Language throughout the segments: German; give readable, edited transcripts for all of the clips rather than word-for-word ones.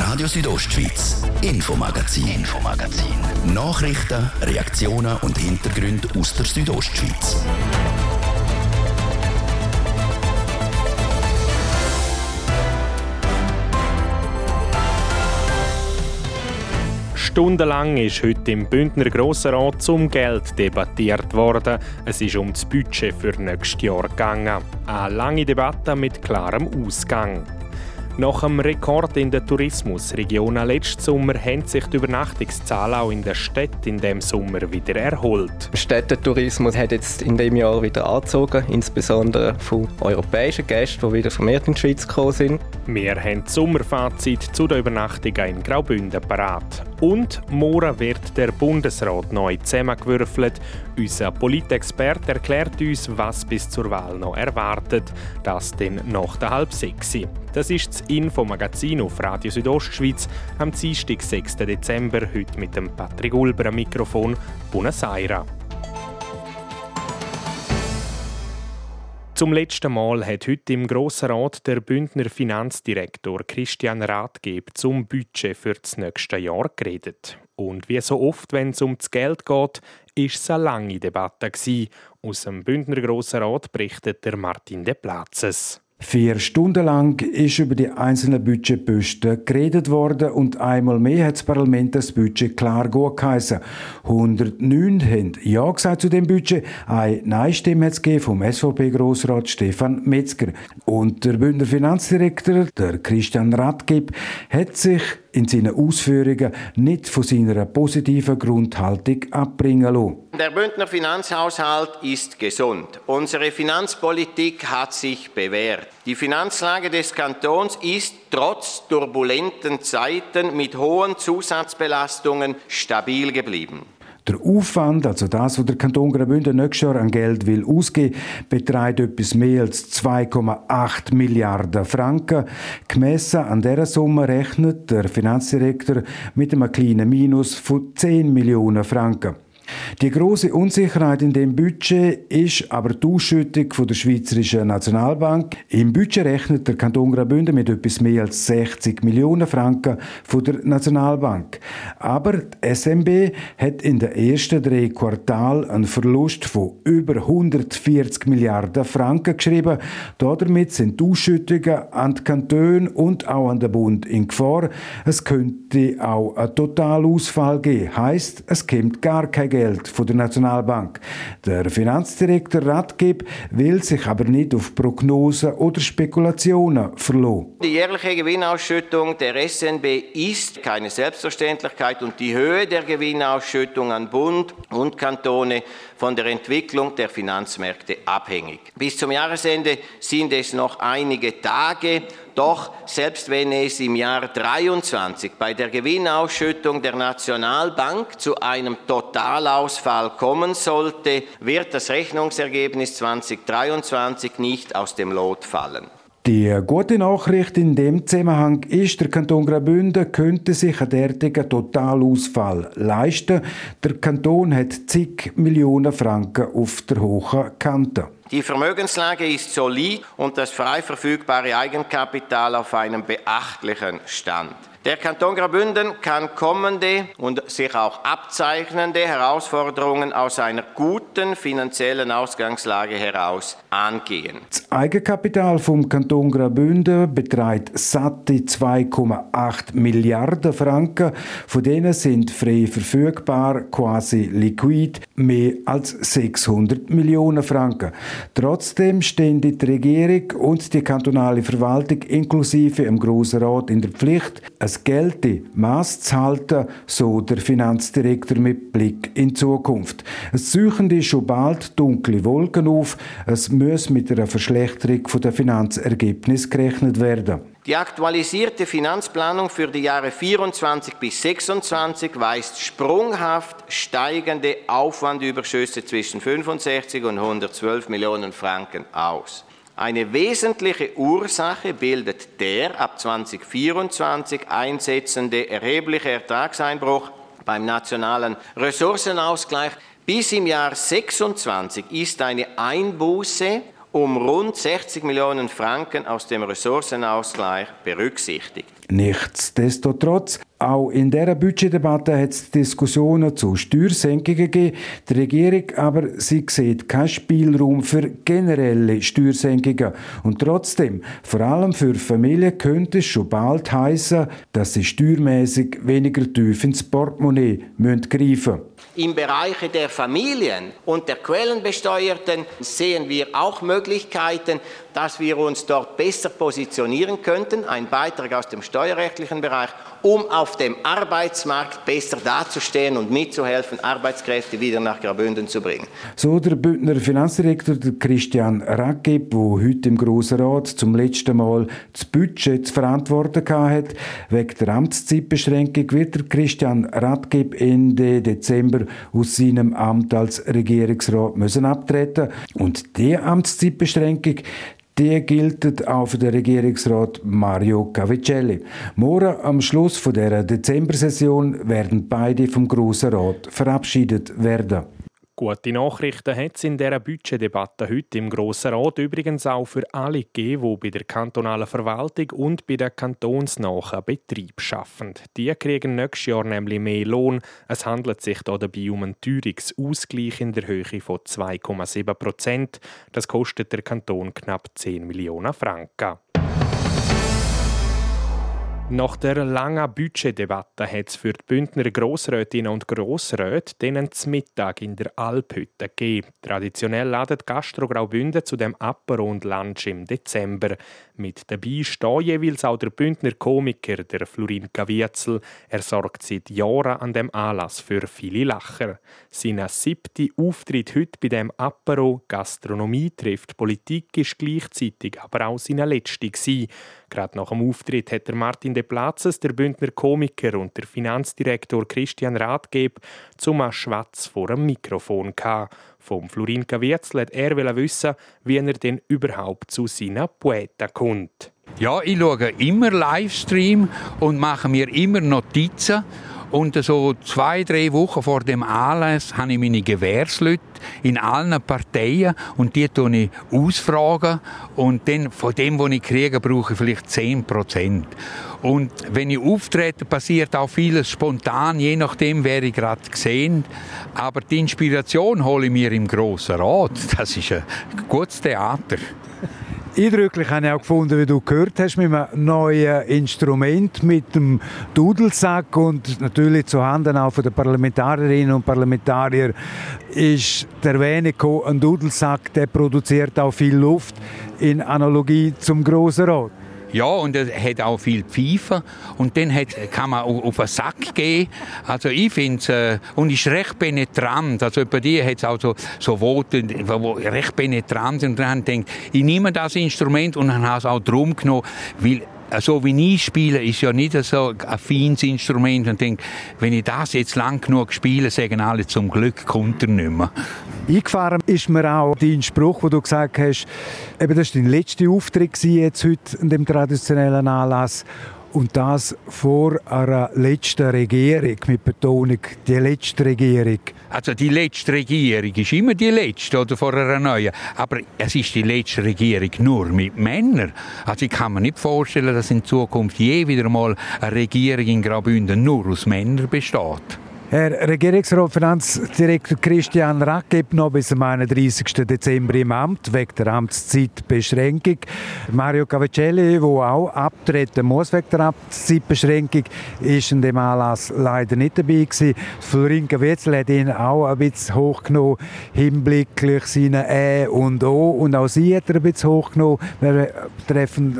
Radio Südostschweiz, Infomagazin. Nachrichten, Reaktionen und Hintergründe aus der Südostschweiz. Stundenlang ist heute im Bündner Grossrat zum Geld debattiert worden. Es ist um das Budget für nächstes Jahr gegangen. Eine lange Debatte mit klarem Ausgang. Nach dem Rekord in der Tourismusregionen letzten Sommer haben sich die Übernachtungszahlen auch in der Stadt in diesem Sommer wieder erholt. Der Städtetourismus hat jetzt in diesem Jahr wieder angezogen, insbesondere von europäischen Gästen, die wieder vermehrt in die Schweiz gekommen sind. Wir haben das Sommerfazit zu den Übernachtungen in Graubünden parat. Und morgen wird der Bundesrat neu zusammengewürfelt. Unser Politexperte erklärt uns, was bis zur Wahl noch erwartet. Das dann nach der 5:30. Das ist das Infomagazin auf Radio Südostschweiz am Dienstag, 6. Dezember, heute mit dem Patrick Ulber am Mikrofon. Buenos Aires. Zum letzten Mal hat heute im Grossen Rat der Bündner Finanzdirektor Christian Rathgeb zum Budget für das nächste Jahr geredet. Und wie so oft, wenn es um das Geld geht, ist es eine lange Debatte gewesen. Aus dem Bündner Grossen Rat berichtet der Martin de Platzes. 4 Stunden lang ist über die einzelnen Budgetposten geredet worden und einmal mehr hat das Parlament das Budget klar gut geheissen. 109 haben Ja gesagt zu dem Budget, eine Nein-Stimme hat es gegeben vom SVP-Grossrat Stefan Metzger. Und der Bündner Finanzdirektor, der Christian Rathgeb, hat sich in seinen Ausführungen nicht von seiner positiven Grundhaltung abbringen lassen. Der Bündner Finanzhaushalt ist gesund. Unsere Finanzpolitik hat sich bewährt. Die Finanzlage des Kantons ist trotz turbulenten Zeiten mit hohen Zusatzbelastungen stabil geblieben. Der Aufwand, also das, was der Kanton Graubünden nächstes Jahr an Geld will ausgeben, beträgt etwas mehr als 2,8 Milliarden Franken. Gemessen an dieser Summe rechnet der Finanzdirektor mit einem kleinen Minus von 10 Millionen Franken. Die grosse Unsicherheit in dem Budget ist aber die Ausschüttung von der Schweizerischen Nationalbank. Im Budget rechnet der Kanton Graubünden mit etwas mehr als 60 Millionen Franken von der Nationalbank. Aber die SNB hat in den ersten 3 Quartalen einen Verlust von über 140 Milliarden Franken geschrieben. Damit sind die Ausschüttungen an die Kantone und auch an den Bund in Gefahr. Es könnte auch einen Totalausfall geben. Heisst, es kommt gar kein Geld von der Nationalbank. Der Finanzdirektor Rathgeb will sich aber nicht auf Prognosen oder Spekulationen verlassen. Die jährliche Gewinnausschüttung der SNB ist keine Selbstverständlichkeit und die Höhe der Gewinnausschüttung an Bund und Kantone von der Entwicklung der Finanzmärkte abhängig. Bis zum Jahresende sind es noch einige Tage. Doch selbst wenn es im Jahr 2023 bei der Gewinnausschüttung der Nationalbank zu einem Totalausfall kommen sollte, wird das Rechnungsergebnis 2023 nicht aus dem Lot fallen. Die gute Nachricht in dem Zusammenhang ist, der Kanton Graubünden könnte sich einen derartigen Totalausfall leisten. Der Kanton hat zig Millionen Franken auf der hohen Kante. Die Vermögenslage ist solid und das frei verfügbare Eigenkapital auf einem beachtlichen Stand. Der Kanton Graubünden kann kommende und sich auch abzeichnende Herausforderungen aus einer guten finanziellen Ausgangslage heraus angehen. Das Eigenkapital vom Kanton Graubünden beträgt satte 2,8 Milliarden Franken. Von denen sind frei verfügbar, quasi liquid, mehr als 600 Millionen Franken. Trotzdem stehen die Regierung und die kantonale Verwaltung inklusive im Grossen Rat in der Pflicht, ein gelte Maß zu halten, so der Finanzdirektor mit Blick in die Zukunft. Es ziehen schon bald dunkle Wolken auf. Es muss mit einer Verschlechterung der Finanzergebnisse gerechnet werden. Die aktualisierte Finanzplanung für die Jahre 24 bis 26 weist sprunghaft steigende Aufwandüberschüsse zwischen 65 und 112 Millionen Franken aus. Eine wesentliche Ursache bildet der ab 2024 einsetzende erhebliche Ertragseinbruch beim nationalen Ressourcenausgleich. Bis im Jahr 26 ist eine Einbuße um rund 60 Millionen Franken aus dem Ressourcenausgleich berücksichtigt. Nichtsdestotrotz, auch in dieser Budgetdebatte hat es Diskussionen zu Steuersenkungen gegeben. Die Regierung aber, sie sieht keinen Spielraum für generelle Steuersenkungen. Und trotzdem, vor allem für Familien könnte es schon bald heissen, dass sie steuermäßig weniger tief ins Portemonnaie greifen müssen. Im Bereich der Familien und der Quellenbesteuerten sehen wir auch Möglichkeiten, dass wir uns dort besser positionieren könnten, ein Beitrag aus dem steuerrechtlichen Bereich, um auf dem Arbeitsmarkt besser dazustehen und mitzuhelfen, Arbeitskräfte wieder nach Graubünden zu bringen. So der Bündner Finanzdirektor Christian Radgeb, der heute im Grossen Rat zum letzten Mal das Budget zu verantworten hatte. Wegen der Amtszeitbeschränkung wird der Christian Radgeb Ende Dezember aus seinem Amt als Regierungsrat müssen abtreten. Und diese Amtszeitbeschränkung, die gilt auch für den Regierungsrat Mario Cavicelli. Morgen am Schluss dieser Dezember-Session werden beide vom Grossen Rat verabschiedet werden. Gute Nachrichten hat es in dieser Budgetdebatte heute im Grossen Rat übrigens auch für alle gegeben, die bei der kantonalen Verwaltung und bei den kantonsnahen Betrieben arbeiten. Die kriegen nächstes Jahr nämlich mehr Lohn. Es handelt sich dabei um einen Teuerungsausgleich in der Höhe von 2,7%. Das kostet der Kanton knapp 10 Millionen Franken. Nach der langen Budgetdebatte hat es für die Bündner Grossrätinnen und Grossräte denen zum Mittag in der Alphütte gegeben. Traditionell ladet Gastro Graubünden zu dem Apero und Lunch im Dezember. Mit dabei steht jeweils auch der Bündner Komiker, der Florin Caviezel. Er sorgt seit Jahren an dem Anlass für viele Lacher. Sein 7. Auftritt heute bei dem Apero Gastronomie trifft Politik ist gleichzeitig aber auch seine letzte gewesen. Gerade nach dem Auftritt hat der Martin de Platzes, der Bündner Komiker und der Finanzdirektor Christian Radgeb zum Schwatz vor dem Mikrofon gehabt. Vom Florin Caviezel wollte er wissen, wie er denn überhaupt zu seinen Poeten kommt. Ja, ich schaue immer Livestream und mache mir immer Notizen. Und so 2-3 Wochen vor dem Anlass habe ich meine Gewährsleute in allen Parteien und die tue ich ausfragen. Und dann von dem, was ich kriege, brauche ich vielleicht 10%. Und wenn ich auftrete, passiert auch vieles spontan, je nachdem, wer ich gerade gesehen. Aber die Inspiration hole ich mir im Grossen Rat. Das ist ein gutes Theater. Eindrücklich habe ich auch gefunden, wie du gehört hast, mit einem neuen Instrument, mit dem Dudelsack und natürlich zu Handen auch von den Parlamentarierinnen und Parlamentarier ist der Erwähnung gekommen, ein Dudelsack, der produziert auch viel Luft in Analogie zum Grossen Rat. Ja, und er hat auch viel Pfeifen. Und dann kann man auf den Sack gehen. Also ich finde es, und ist recht penetrant. Also bei dir hat es auch so Worte, die recht penetrant sind. Und dann denkt, ich nehme das Instrument und dann habe es auch drum genommen, weil so wie ich spiele, ist ja nicht so ein feines Instrument. Und denke, wenn ich das jetzt lang genug spiele, sagen alle, zum Glück kommt er nicht mehr. Eingefahren ist mir auch dein Spruch, wo du gesagt hast, eben das war dein letzter Auftritt jetzt heute in dem traditionellen Anlass. Und das vor einer letzten Regierung, mit Betonung, die letzte Regierung. Also die letzte Regierung ist immer die letzte oder vor einer neuen. Aber es ist die letzte Regierung nur mit Männern. Also ich kann mir nicht vorstellen, dass in Zukunft je wieder mal eine Regierung in Graubünden nur aus Männern besteht. Herr Regierungsrat Finanzdirektor Christian Radgeb noch bis am 31. Dezember im Amt, wegen der Amtszeitbeschränkung. Mario Cavicelli, der auch abtreten muss wegen der Amtszeitbeschränkung, ist in dem Anlass leider nicht dabei gewesen. Florin Caviezel hat ihn auch ein bisschen hochgenommen, hinblicklich seine und O. Und auch sie hat er ein bisschen hochgenommen. Wir treffen,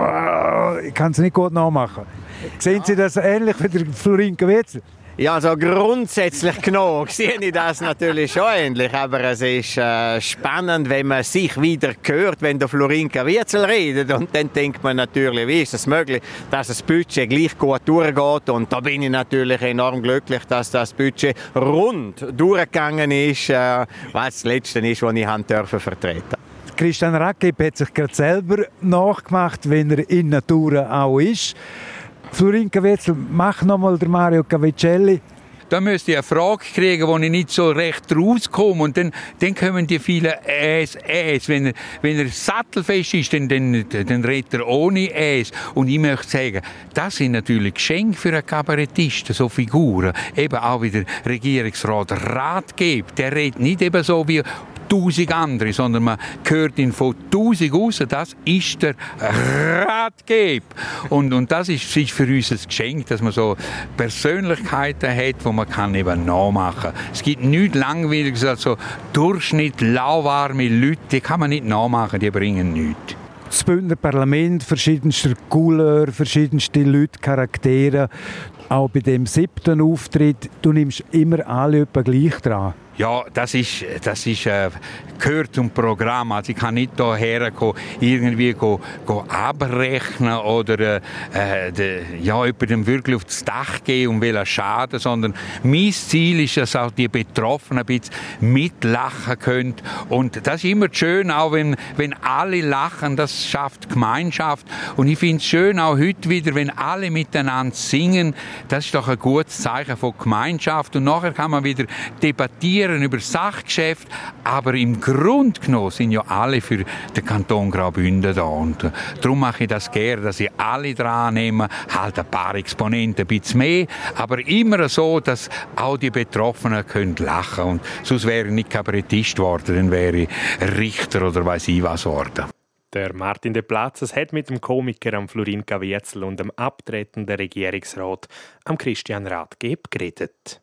ich kann es nicht gut nachmachen. Sehen Sie das ähnlich wie der Florin Caviezel? Ja, also grundsätzlich genommen sehe ich das natürlich schon ähnlich, aber es ist spannend, wenn man sich wieder hört, wenn der Florin Caviezel redet, und dann denkt man natürlich, wie ist es möglich, dass das Budget gleich gut durchgeht, und da bin ich natürlich enorm glücklich, dass das Budget rund durchgegangen ist, weil es das Letzte ist, was ich vertreten durfte. Christian Radgeb hat sich gerade selber nachgemacht, wenn er in Natura auch ist. Florin Caviezel, mach nochmal der Mario Cavicelli. da müsste ich eine Frage kriegen, wo ich nicht so recht rauskomme. Und dann kommen die vielen Wenn er sattelfest ist, dann redet er ohne Äs. Und ich möchte sagen, das sind natürlich Geschenke für einen Kabarettisten, so Figuren. Eben auch wie der Regierungsrat Ratgeber. Der redet nicht eben so wie 1000 andere, sondern man hört ihn von 1000 raus. Das ist der Ratgeber. Und das ist für uns ein Geschenk, dass man so Persönlichkeiten hat, die man kann eben nachmachen kann. Es gibt nichts Langweiliges als so Durchschnitt, lauwarme Leute, die kann man nicht nachmachen, die bringen nichts. Das Bündner Parlament, verschiedenste Couleur, verschiedenste Leute, Charaktere. Auch bei dem 7. Auftritt, du nimmst immer alle etwa gleich dran. Ja, das ist gehört zum Programm. Also ich kann nicht hierher irgendwie abrechnen oder jemandem wirklich aufs Dach gehen und will schaden, sondern mein Ziel ist, dass auch die Betroffenen ein bisschen mitlachen können. Und das ist immer schön, auch wenn alle lachen, das schafft Gemeinschaft. Und ich finde es schön, auch heute wieder, wenn alle miteinander singen, das ist doch ein gutes Zeichen von Gemeinschaft. Und nachher kann man wieder debattieren über Sachgeschäfte, aber im Grunde genommen sind ja alle für den Kanton Graubünden da. Und darum mache ich das gerne, dass ich alle dran nehme, halt ein paar Exponenten ein bisschen mehr, aber immer so, dass auch die Betroffenen können lachen. Und sonst wäre ich nicht Kabarettist geworden, dann wäre ich Richter oder weiss ich was geworden. Der Martin de Platzes hat mit dem Komiker Florin Caviezel und dem abtretenden Regierungsrat Christian Ratgeber geredet.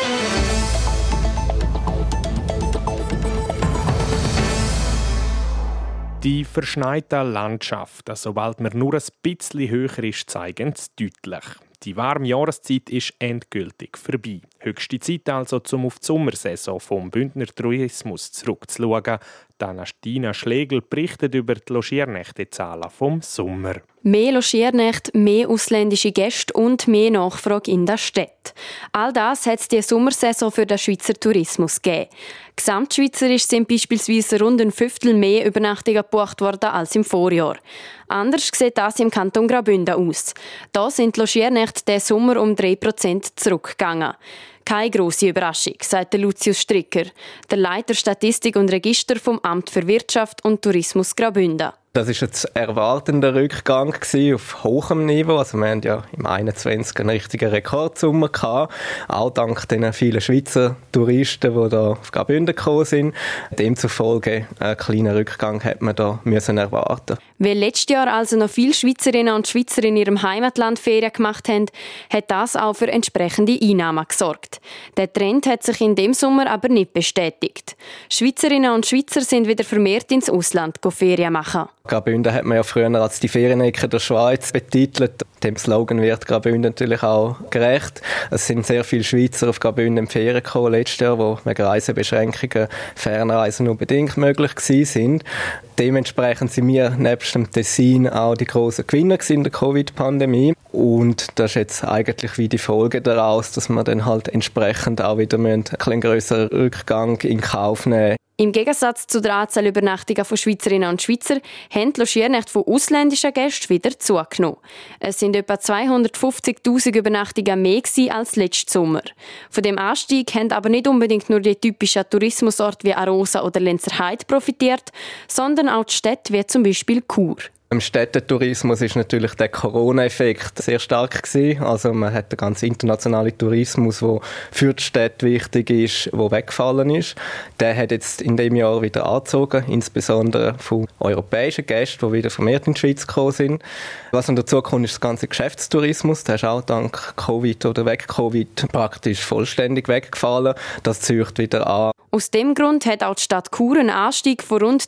Die verschneite Landschaft, sobald man nur ein bisschen höher ist, zeigen es deutlich. Die warme Jahreszeit ist endgültig vorbei. Höchste Zeit also, um auf die Sommersaison vom Bündner Tourismus zurückzuschauen. Anastina Schlegel berichtet über die Logiernächtezahlen vom Sommer. Mehr Logiernächte, mehr ausländische Gäste und mehr Nachfrage in der Stadt. All das hat es die Sommersaison für den Schweizer Tourismus gegeben. Gesamtschweizerisch sind beispielsweise rund ein Fünftel mehr Übernachtungen gebucht worden als im Vorjahr. Anders sieht das im Kanton Graubünden aus. Da sind die Logiernächte diesen Sommer um 3% zurückgegangen. Keine grosse Überraschung, sagt Lucius Stricker, der Leiter Statistik und Register vom Amt für Wirtschaft und Tourismus Graubünden. Das war ein erwartender Rückgang auf hohem Niveau. Also wir hatten ja im 2021 einen richtigen Rekordsommer gehabt. Auch dank den vielen Schweizer Touristen, die hier auf Graubünden gekommen sind. Demzufolge einen kleinen Rückgang hat man da müssen erwarten. Weil letztes Jahr also noch viele Schweizerinnen und Schweizer in ihrem Heimatland Ferien gemacht haben, hat das auch für entsprechende Einnahmen gesorgt. Der Trend hat sich in dem Sommer aber nicht bestätigt. Schweizerinnen und Schweizer sind wieder vermehrt ins Ausland Ferien machen. Graubünden hat man ja früher als die Ferienecke der Schweiz betitelt. Dem Slogan wird Graubünden natürlich auch gerecht. Es sind sehr viele Schweizer auf Graubünden in die Ferien gekommen letztes Jahr, wo wegen Reisebeschränkungen Fernreisen nur bedingt möglich waren. Dementsprechend sind wir nebst dem Tessin auch die grossen Gewinner in der Covid-Pandemie. Und das ist jetzt eigentlich wie die Folge daraus, dass wir dann halt entsprechend auch wieder einen etwas grösseren Rückgang in Kauf nehmen. Im Gegensatz zu der Anzahl Übernachtungen von Schweizerinnen und Schweizer haben die Logiernächte von ausländischen Gästen wieder zugenommen. Es sind etwa 250'000 Übernachtungen mehr als letzten Sommer. Von dem Anstieg haben aber nicht unbedingt nur die typischen Tourismusorte wie Arosa oder Lenzerheide profitiert, sondern auch die Städte wie zum Beispiel Chur. Im Städtetourismus ist natürlich der Corona-Effekt sehr stark gewesen. Also man hat den ganzen internationalen Tourismus, der für die Städte wichtig ist, der weggefallen ist. Der hat jetzt in diesem Jahr wieder angezogen, insbesondere von europäischen Gästen, die wieder vermehrt in die Schweiz gekommen sind. Was noch dazu kommt, ist das ganze Geschäftstourismus. Der ist auch dank Covid oder weg Covid praktisch vollständig weggefallen. Das zieht wieder an. Aus dem Grund hat auch die Stadt Chur einen Anstieg von rund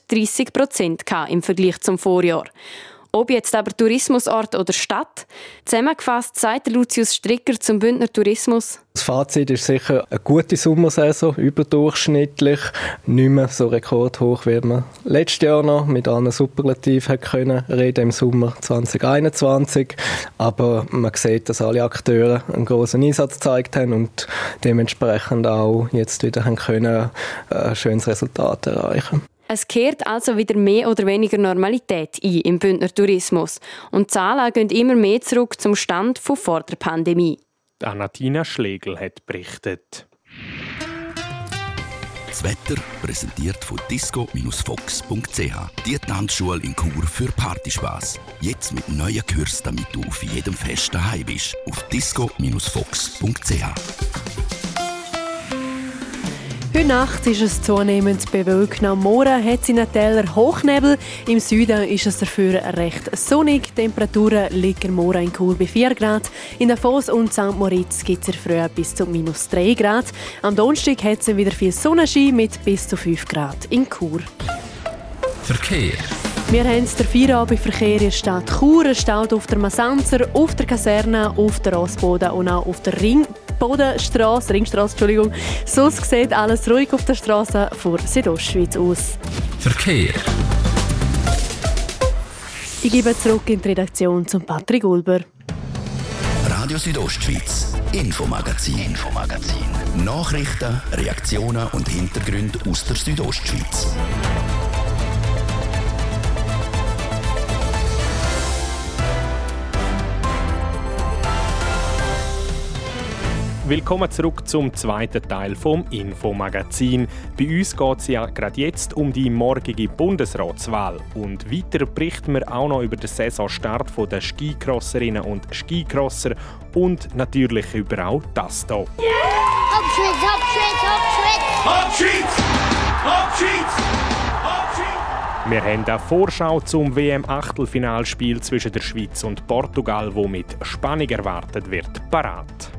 30% im Vergleich zum Vorjahr. Ob jetzt aber Tourismusort oder Stadt, zusammengefasst sagt Lucius Stricker zum Bündner Tourismus. Das Fazit ist sicher eine gute Sommersaison, überdurchschnittlich, nicht mehr so rekordhoch, wie man letztes Jahr noch mit allen Superlativen können reden im Sommer 2021. Aber man sieht, dass alle Akteure einen grossen Einsatz gezeigt haben und dementsprechend auch jetzt wieder können ein schönes Resultat erreichen. Es kehrt also wieder mehr oder weniger Normalität ein im Bündner Tourismus. Und die Zahlen gehen immer mehr zurück zum Stand von vor der Pandemie. Anatina Schlegel hat berichtet. Das Wetter präsentiert von disco-fox.ch. Die Tanzschule in Chur für Partyspaß. Jetzt mit neuen Kursen, damit du auf jedem Fest daheim bist. Auf disco-fox.ch. Heute Nacht ist es zunehmend bewölkt. Am Morgen hat es in den Tälern Hochnebel. Im Süden ist es dafür recht sonnig. Die Temperaturen liegen morgen in Chur bei 4 Grad. In Davos und St. Moritz gibt es früh bis zu -3 Grad. Am Donnerstag hat es wieder viel Sonnenschein mit bis zu 5 Grad in Chur. Verkehr. Wir haben den Feierabendverkehr in der Stadt Chur. Es staut auf der Massanzer, auf der Kaserne, auf der Rossboden und auch auf der Ringstrasse. Sonst sieht alles ruhig auf der Straße vor Südostschweiz aus. Verkehr. Ich gebe zurück in die Redaktion zum Patrick Ulber. Radio Südostschweiz, Infomagazin. Nachrichten, Reaktionen und Hintergründe aus der Südostschweiz. Willkommen zurück zum zweiten Teil vom Infomagazin. Bei uns geht es ja gerade jetzt um die morgige Bundesratswahl. Und weiter berichten wir auch noch über den Saisonstart der Skicrosserinnen und Skicrosser und natürlich über auch das hier. Wir haben eine Vorschau zum WM-Achtelfinalspiel zwischen der Schweiz und Portugal, wo mit Spannung erwartet wird, parat.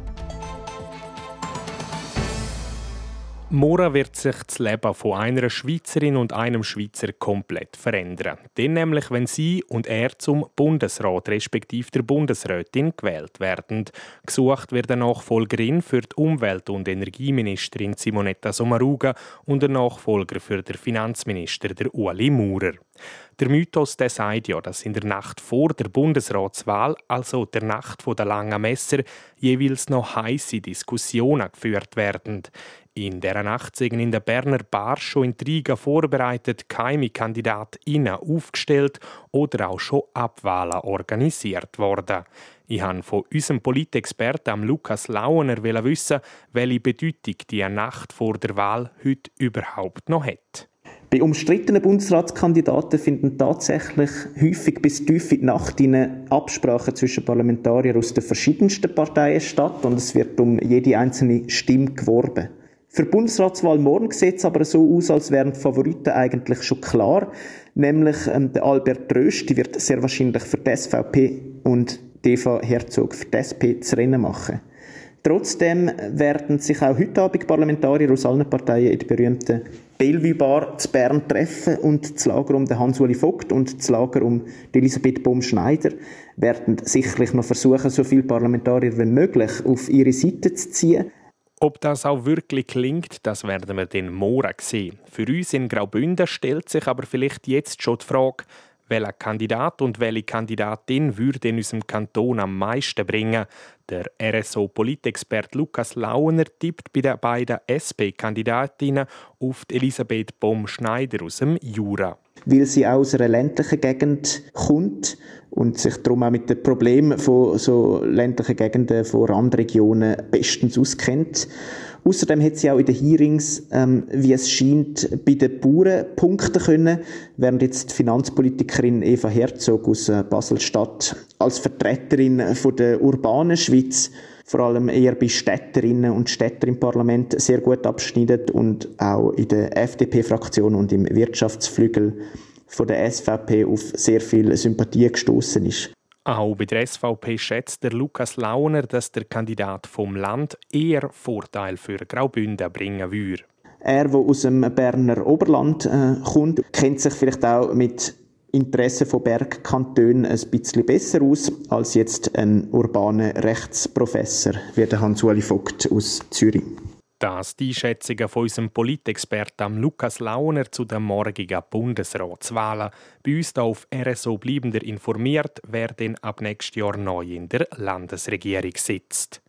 Morgen wird sich das Leben von einer Schweizerin und einem Schweizer komplett verändern. Denn nämlich, wenn sie und er zum Bundesrat respektive der Bundesrätin gewählt werden. Gesucht wird eine Nachfolgerin für die Umwelt- und Energieministerin Simonetta Sommaruga und ein Nachfolger für den Finanzminister der Ueli Maurer. Der Mythos der sagt ja, dass in der Nacht vor der Bundesratswahl, also der Nacht der langen Messer, jeweils noch heisse Diskussionen geführt werden. In dieser Nacht sind in der Berner Bar schon Intrigen vorbereitet, geheime KandidatInnen aufgestellt oder auch schon Abwahlen organisiert worden. Ich wollte von unserem Politexperten Lukas Lauener wissen, welche Bedeutung die Nacht vor der Wahl heute überhaupt noch hat. Bei umstrittenen Bundesratskandidaten finden tatsächlich häufig bis tief in die Nacht hinein Absprachen zwischen Parlamentariern aus den verschiedensten Parteien statt und es wird um jede einzelne Stimme geworben. Für die Bundesratswahl morgen sieht es aber so aus, als wären die Favoriten eigentlich schon klar. Nämlich der Albert Rösti, die wird sehr wahrscheinlich für die SVP und Eva Herzog für die SP das Rennen machen. Trotzdem werden sich auch heute Abend Parlamentarier aus allen Parteien in der berühmten Bellevue Bar zu Bern treffen und das Lager um den Hans-Uli Vogt und das Lager um Elisabeth Baum-Schneider werden sicherlich noch versuchen, so viele Parlamentarier wie möglich auf ihre Seite zu ziehen. Ob das auch wirklich klingt, das werden wir dann morgen sehen. Für uns in Graubünden stellt sich aber vielleicht jetzt schon die Frage, welcher Kandidat und welche Kandidatin würde in unserem Kanton am meisten bringen. Der RSO-Politexperte Lukas Lauener tippt bei den beiden SP-Kandidatinnen auf Elisabeth Baum-Schneider aus dem Jura. Weil sie auch aus einer ländlichen Gegend kommt und sich darum auch mit den Problemen von so ländlichen Gegenden, von Randregionen bestens auskennt. Außerdem hat sie auch in den Hearings, wie es scheint, bei den Bauern punkten können, während jetzt die Finanzpolitikerin Eva Herzog aus Basel-Stadt als Vertreterin von der urbanen Schweiz vor allem eher bei Städterinnen und Städtern im Parlament sehr gut abschneidet und auch in der FDP-Fraktion und im Wirtschaftsflügel von der SVP auf sehr viel Sympathie gestoßen ist. Auch bei der SVP schätzt der Lukas Launer, dass der Kandidat vom Land eher Vorteil für Graubünden bringen würde. Er, der aus dem Berner Oberland kommt, kennt sich vielleicht auch mit Interessen von Bergkantonen ein bisschen besser aus als jetzt ein urbaner Rechtsprofessor wie der Hans-Uli Vogt aus Zürich. Das die Einschätzungen von unserem Politexperten Lukas Launer zu den morgigen Bundesratswahlen. Bei uns hier auf RSO bleiben ihr informiert, wer denn ab nächstes Jahr neu in der Landesregierung sitzt.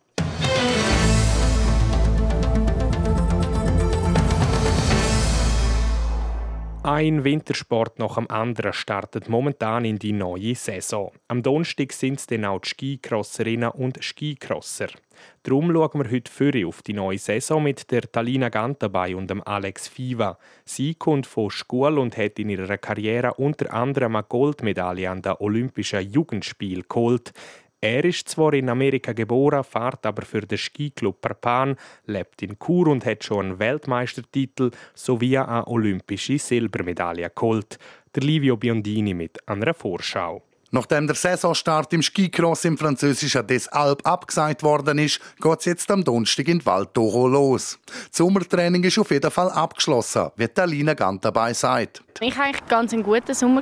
Ein Wintersport nach dem anderen startet momentan in die neue Saison. Am Donnerstag sind es dann auch die Skicrosserinnen und Skicrosser. Darum schauen wir heute früh auf die neue Saison mit der Talina Gantabay und dem Alex Fiva. Sie kommt von Schule und hat in ihrer Karriere unter anderem eine Goldmedaille an den Olympischen Jugendspielen geholt. Er ist zwar in Amerika geboren, fährt aber für den Skiclub Parpan, lebt in Chur und hat schon einen Weltmeistertitel sowie eine olympische Silbermedaille geholt. Der Livio Biondini mit einer Vorschau. Nachdem der Saisonstart im Skicross im französischen Des Alpes abgesagt worden ist, geht es jetzt am Donnerstag in Val d'Oro los. Das Sommertraining ist auf jeden Fall abgeschlossen, wie Talina Gantabay sagt. Ich hatte eigentlich ganz einen guten Sommer.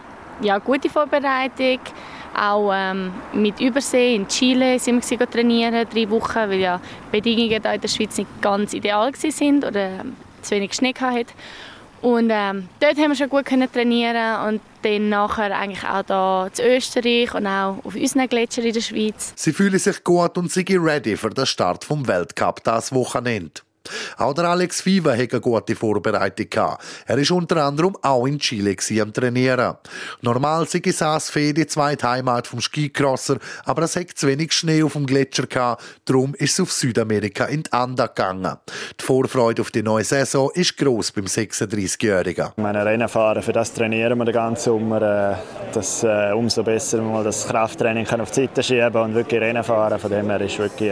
Ja, gute Vorbereitung. Auch mit Übersee in Chile sind wir trainieren, 3 Wochen, weil ja die Bedingungen hier in der Schweiz nicht ganz ideal waren oder zu wenig Schnee hatten. Und dort haben wir schon gut trainieren und dann nachher eigentlich auch hier in Österreich und auch auf unseren Gletschern in der Schweiz. Sie fühlen sich gut und sind ready für den Start vom Weltcup dieses Wochenende. Auch der Alex Fiva hatte eine gute Vorbereitung. Er war unter anderem auch in Chile am Trainieren. Normal sei Saas-Fee die zweite Heimat vom Skicrosser, aber es hatte zu wenig Schnee auf dem Gletscher. Darum ist es auf Südamerika in die Anda gegangen. Die Vorfreude auf die neue Saison ist gross beim 36-Jährigen. Meine Rennen fahren, für das trainieren wir den ganzen Sommer. Das umso besser mal das Krafttraining auf die Seite schieben und wirklich Rennen fahren. Von dem her ist wirklich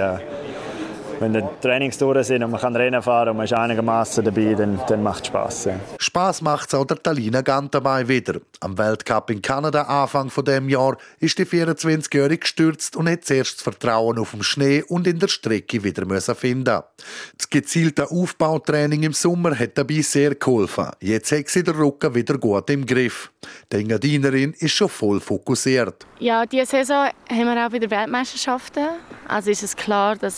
wenn die Trainings durch sind und man kann Rennen fahren und man ist einigermaßen dabei, dann macht es Spass. Ja. Spass macht es auch der Talina Gantabay wieder. Am Weltcup in Kanada Anfang von dem Jahr ist die 24-Jährige gestürzt und hat zuerst das Vertrauen auf dem Schnee und in der Strecke wieder finden. Das gezielte Aufbautraining im Sommer hat dabei sehr geholfen. Jetzt hat sie den Rücken wieder gut im Griff. Die Engadinerin ist schon voll fokussiert. Ja, diese Saison haben wir auch wieder Weltmeisterschaften. Also ist es klar, dass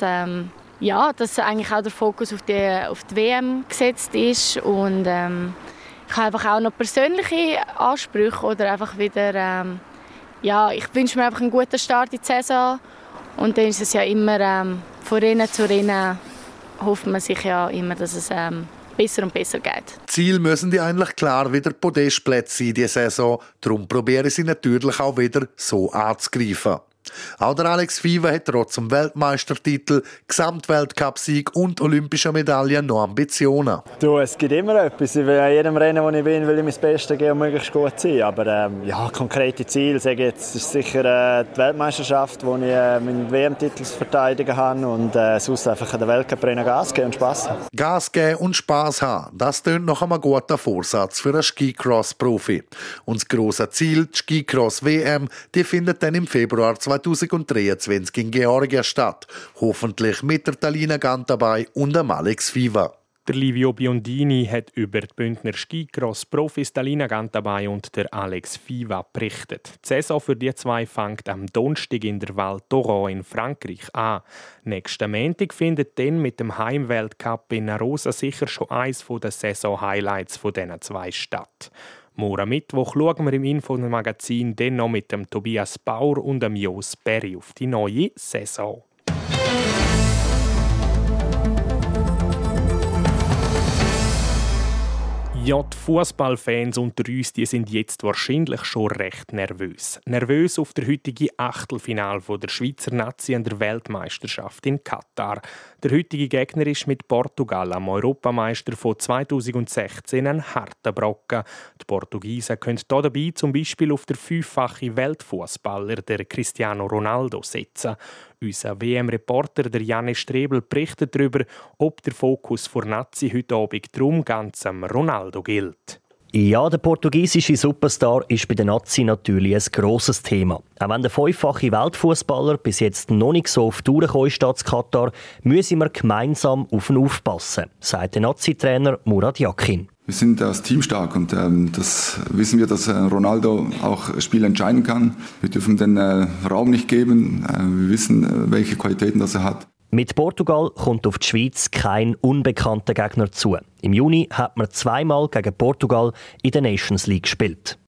dass eigentlich auch der Fokus auf die WM gesetzt ist und ich habe einfach auch noch persönliche Ansprüche oder einfach wieder ich wünsche mir einfach einen guten Start in die Saison und dann ist es ja immer von Rennen zu Rennen hofft man sich ja immer, dass es besser und besser geht. Ziel müssen die eigentlich klar wieder Podestplätze sein diese Saison, darum probieren sie natürlich auch wieder so anzugreifen. Auch der Alex Fiva hat trotz dem Weltmeistertitel, Gesamtweltcup-Sieg und olympischer Medaille noch Ambitionen. Es gibt immer etwas. Ich will an jedem Rennen, wo ich bin, will ich mein Bestes geben und möglichst gut sein. Aber konkrete Ziele, sage ich jetzt, ist sicher die Weltmeisterschaft, wo ich meinen WM-Titel verteidigen kann und sonst einfach an den Weltcup-Rennen Gas geben und Spass haben. Gas geben und Spass haben, das tönt nach einem guten Vorsatz für einen Skicross-Profi. Und das grosse Ziel, die Skicross-WM, die findet dann im Februar 2023 in Georgien statt. Hoffentlich mit der Talina Gantabay und dem Alex Fiva. Der Livio Biondini hat über die Bündner Skicross-Profis Talina Gantabay und der Alex Fiva berichtet. Die Saison für die zwei fängt am Donnerstag in der Val d'Oro in Frankreich an. Nächsten Montag findet dann mit dem Heimweltcup in Arosa sicher schon eines der Saison-Highlights von diesen zwei statt. Morgen Mittwoch schauen wir im Infomagazin dann noch mit dem Tobias Bauer und dem Jos Berry auf die neue Saison. Ja, die Fußballfans unter uns die sind jetzt wahrscheinlich schon recht nervös. Nervös auf der heutigen Achtelfinale der Schweizer Nazi an der Weltmeisterschaft in Katar. Der heutige Gegner ist mit Portugal am Europameister von 2016 ein harter Brocken. Die Portugiesen können hier dabei zum Beispiel auf der 5-fache Weltfußballer der Cristiano Ronaldo setzen. Unser WM-Reporter Janne Strebel berichtet darüber, ob der Fokus vor Nazi heute Abend drum ganz am Ronaldo gilt. Ja, der portugiesische Superstar ist bei den Nazi natürlich ein grosses Thema. Auch wenn der 5-fache Weltfußballer bis jetzt noch nicht so auf die Tour gekommen ist in Katar, müssen wir gemeinsam auf ihn aufpassen, sagt der Nazi-Trainer Murat Yakin. Wir sind als Team stark und das wissen wir, dass Ronaldo auch Spiele entscheiden kann. Wir dürfen den Raum nicht geben. Wir wissen, welche Qualitäten das er hat. Mit Portugal kommt auf die Schweiz kein unbekannter Gegner zu. Im Juni hat man zweimal gegen Portugal in der Nations League gespielt.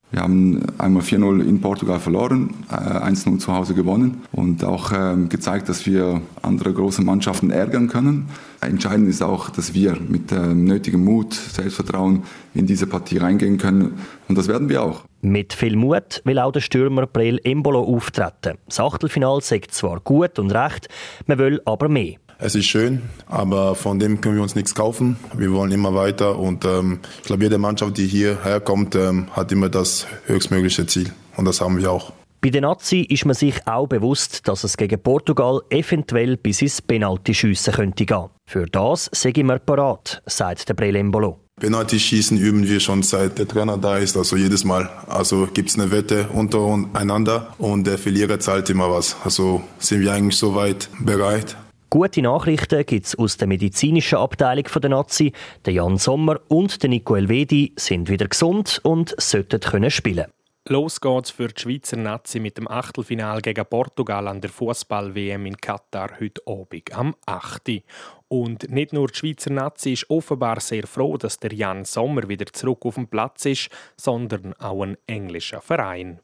Wir haben einmal 4-0 in Portugal verloren, 1-0 zu Hause gewonnen und auch gezeigt, dass wir andere große Mannschaften ärgern können. Entscheidend ist auch, dass wir mit nötigem Mut, Selbstvertrauen in diese Partie reingehen können und das werden wir auch. Mit viel Mut will auch der Stürmer Breel Embolo auftreten. Das Achtelfinale sagt zwar gut und recht, man will aber mehr. Es ist schön, aber von dem können wir uns nichts kaufen. Wir wollen immer weiter und ich glaube, jede Mannschaft, die hierher kommt, hat immer das höchstmögliche Ziel und das haben wir auch. Bei der Nazi ist man sich auch bewusst, dass es gegen Portugal eventuell bis ins Penalty-Schiessen könnte gehen. Für das sind wir parat, sagt der Breel Embolo. Penalty-Schießen üben wir schon seit der Trainer da ist, also jedes Mal. Also gibt es eine Wette untereinander und der Verlierer zahlt immer was. Also sind wir eigentlich soweit bereit. Gute Nachrichten gibt es aus der medizinischen Abteilung der Nazi. Der Jan Sommer und der Nico Elvedi sind wieder gesund und sollten spielen können. Los geht's für die Schweizer Nazi mit dem Achtelfinal gegen Portugal an der Fußball-WM in Katar heute Abend am 8. Und nicht nur die Schweizer Nazi ist offenbar sehr froh, dass der Jan Sommer wieder zurück auf dem Platz ist, sondern auch ein englischer Verein.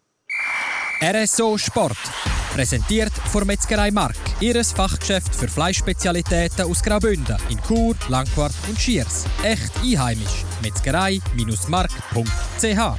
RSO Sport. Präsentiert von Metzgerei Mark. Ihres Fachgeschäft für Fleischspezialitäten aus Graubünden in Chur, Langquart und Schiers. Echt einheimisch. Metzgerei-mark.ch.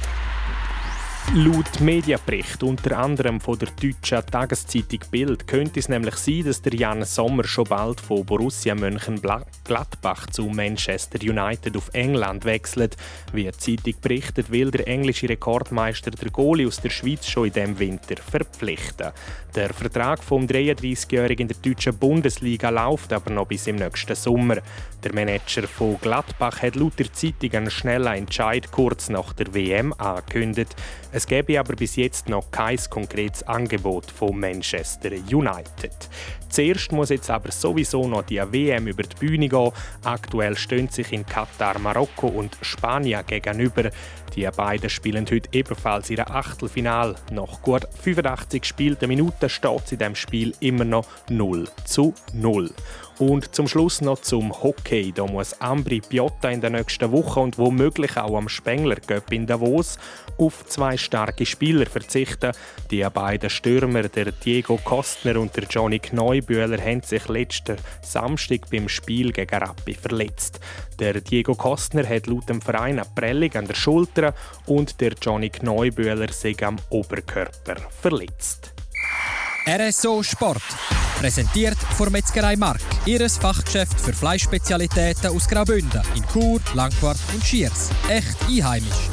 Laut Medienbericht, unter anderem von der deutschen Tageszeitung Bild, könnte es nämlich sein, dass der Jan Sommer schon bald von Borussia Mönchengladbach zu Manchester United auf England wechselt. Wie die Zeitung berichtet, will der englische Rekordmeister der Goalie aus der Schweiz schon in diesem Winter verpflichten. Der Vertrag vom 33-Jährigen in der deutschen Bundesliga läuft aber noch bis im nächsten Sommer. Der Manager von Gladbach hat laut der Zeitung einen schnellen Entscheid kurz nach der WM angekündigt. Es gäbe aber bis jetzt noch kein konkretes Angebot von Manchester United. Zuerst muss jetzt aber sowieso noch die WM über die Bühne gehen. Aktuell stehen sich in Katar Marokko und Spanien gegenüber. Die beiden spielen heute ebenfalls ihr Achtelfinal. Nach gut 85 gespielten Minuten steht es in diesem Spiel immer noch 0:0. Und zum Schluss noch zum Hockey. Da muss Ambri Piotta in der nächsten Woche und womöglich auch am Spengler Cup in Davos auf 2 starke Spieler verzichten. Die beiden Stürmer, der Diego Kostner und der Johnny Kneubühler, haben sich letzten Samstag beim Spiel gegen Rappi verletzt. Der Diego Kostner hat laut dem Verein eine Prellung an der Schulter und der Johnny Kneubühler sich am Oberkörper verletzt. RSO Sport. Präsentiert von Metzgerei Mark. Ihres Fachgeschäft für Fleischspezialitäten aus Graubünden in Chur, Langquart und Schiers. Echt einheimisch.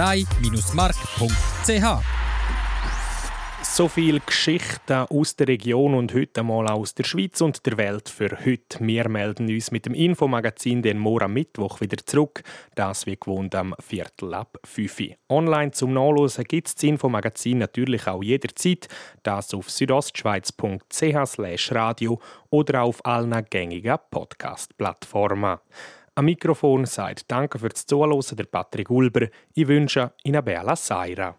Metzgerei-mark.ch. So viel Geschichten aus der Region und heute mal aus der Schweiz und der Welt für heute. Wir melden uns mit dem Infomagazin den morgen am Mittwoch wieder zurück. Das wie gewohnt am 4:45. Online zum Nachlesen gibt es das Infomagazin natürlich auch jederzeit. Das auf südostschweiz.ch/radio oder auf allen gängigen Podcast-Plattformen. Am Mikrofon sagt Danke fürs Zuhören der Patrick Ulber. Ich wünsche Ihnen Bella Saira.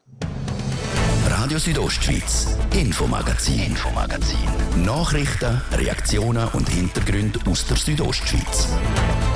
Radio Südostschweiz, Infomagazin. Nachrichten, Reaktionen und Hintergründe aus der Südostschweiz.